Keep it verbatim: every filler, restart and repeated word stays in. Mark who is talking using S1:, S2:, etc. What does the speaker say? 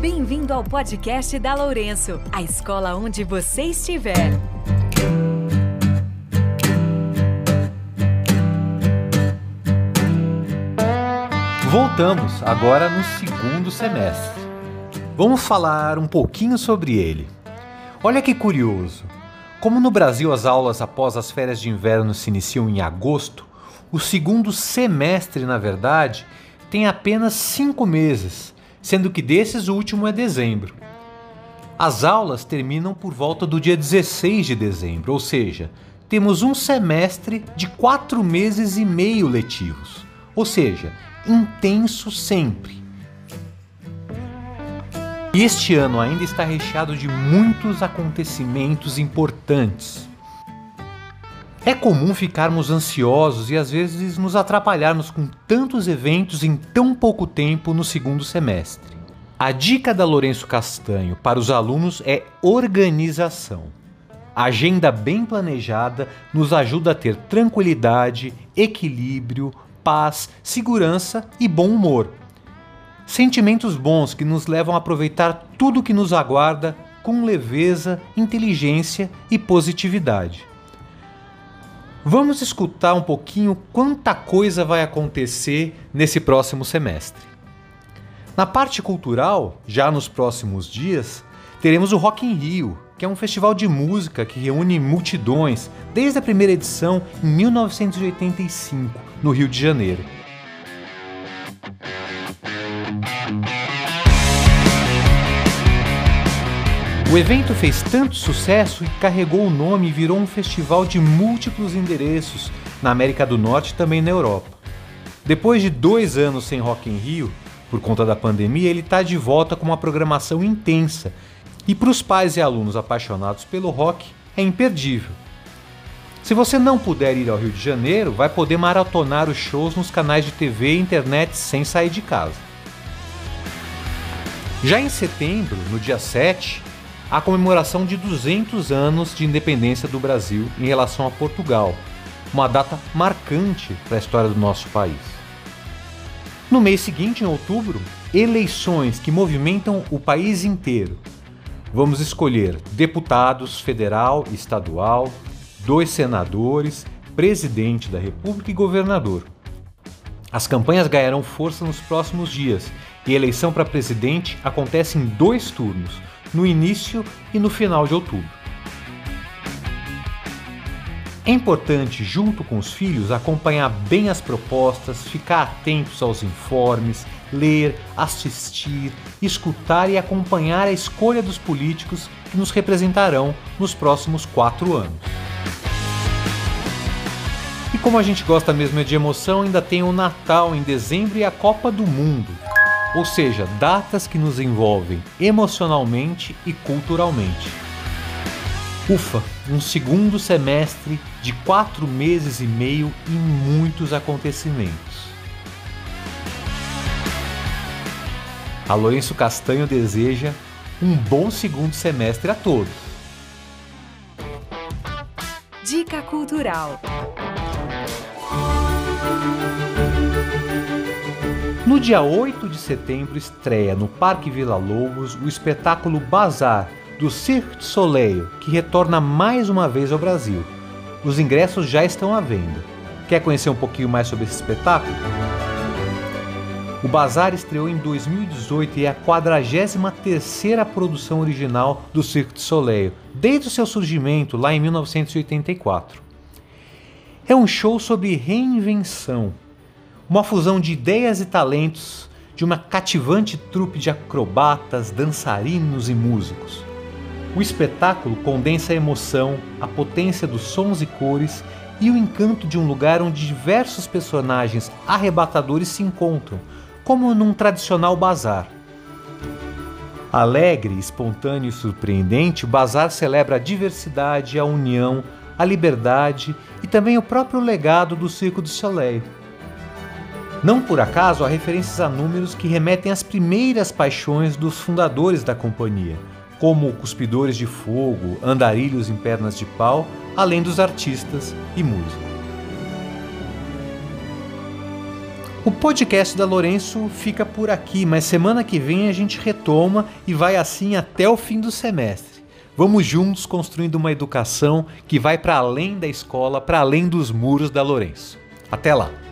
S1: Bem-vindo ao podcast da Lourenço, a escola onde você estiver.
S2: Voltamos agora no segundo semestre. Vamos falar um pouquinho sobre ele. Olha que curioso. Como no Brasil as aulas após as férias de inverno se iniciam em agosto, o segundo semestre, na verdade, tem apenas cinco meses, sendo que desses o último é dezembro. As aulas terminam por volta do dia dezesseis de dezembro, ou seja, temos um semestre de quatro meses e meio letivos, ou seja, intenso sempre. E este ano ainda está recheado de muitos acontecimentos importantes. É comum ficarmos ansiosos e às vezes nos atrapalharmos com tantos eventos em tão pouco tempo no segundo semestre. A dica da Lourenço Castanho para os alunos é organização. A agenda bem planejada nos ajuda a ter tranquilidade, equilíbrio, paz, segurança e bom humor. Sentimentos bons que nos levam a aproveitar tudo que nos aguarda com leveza, inteligência e positividade. Vamos escutar um pouquinho quanta coisa vai acontecer nesse próximo semestre. Na parte cultural, já nos próximos dias, teremos o Rock in Rio, que é um festival de música que reúne multidões desde a primeira edição em mil novecentos e oitenta e cinco, no Rio de Janeiro. O evento fez tanto sucesso que carregou o nome e virou um festival de múltiplos endereços na América do Norte e também na Europa. Depois de dois anos sem Rock in Rio, por conta da pandemia, ele está de volta com uma programação intensa e para os pais e alunos apaixonados pelo rock é imperdível. Se você não puder ir ao Rio de Janeiro, vai poder maratonar os shows nos canais de T V e internet sem sair de casa. Já em setembro, no dia sete, a comemoração de duzentos anos de independência do Brasil em relação a Portugal, uma data marcante para a história do nosso país. No mês seguinte, em outubro, eleições que movimentam o país inteiro. Vamos escolher deputados federal e estadual, dois senadores, presidente da República e governador. As campanhas ganharão força nos próximos dias e a eleição para presidente acontece em dois turnos, no início e no final de outubro. É importante, junto com os filhos, acompanhar bem as propostas, ficar atentos aos informes, ler, assistir, escutar e acompanhar a escolha dos políticos que nos representarão nos próximos quatro anos. E como a gente gosta mesmo de emoção, ainda tem o Natal em dezembro e a Copa do Mundo. Ou seja, datas que nos envolvem emocionalmente e culturalmente. Ufa, um segundo semestre de quatro meses e meio e muitos acontecimentos. A Lourenço Castanho deseja um bom segundo semestre a todos.
S1: Dica cultural.
S2: No dia oito de setembro estreia no Parque Vila Lobos o espetáculo Bazar, do Cirque du Soleil, que retorna mais uma vez ao Brasil. Os ingressos já estão à venda. Quer conhecer um pouquinho mais sobre esse espetáculo? O Bazar estreou em dois mil e dezoito e é a quadragésima terceira produção original do Cirque du Soleil, desde o seu surgimento lá em mil novecentos e oitenta e quatro. É um show sobre reinvenção, uma fusão de ideias e talentos de uma cativante trupe de acrobatas, dançarinos e músicos. O espetáculo condensa a emoção, a potência dos sons e cores e o encanto de um lugar onde diversos personagens arrebatadores se encontram, como num tradicional bazar. Alegre, espontâneo e surpreendente, o bazar celebra a diversidade, a união, a liberdade e também o próprio legado do Cirque du Soleil. Não por acaso há referências a números que remetem às primeiras paixões dos fundadores da companhia, como cuspidores de fogo, andarilhos em pernas de pau, além dos artistas e músicos. O podcast da Lourenço fica por aqui, mas semana que vem a gente retoma e vai assim até o fim do semestre. Vamos juntos construindo uma educação que vai para além da escola, para além dos muros da Lourenço. Até lá!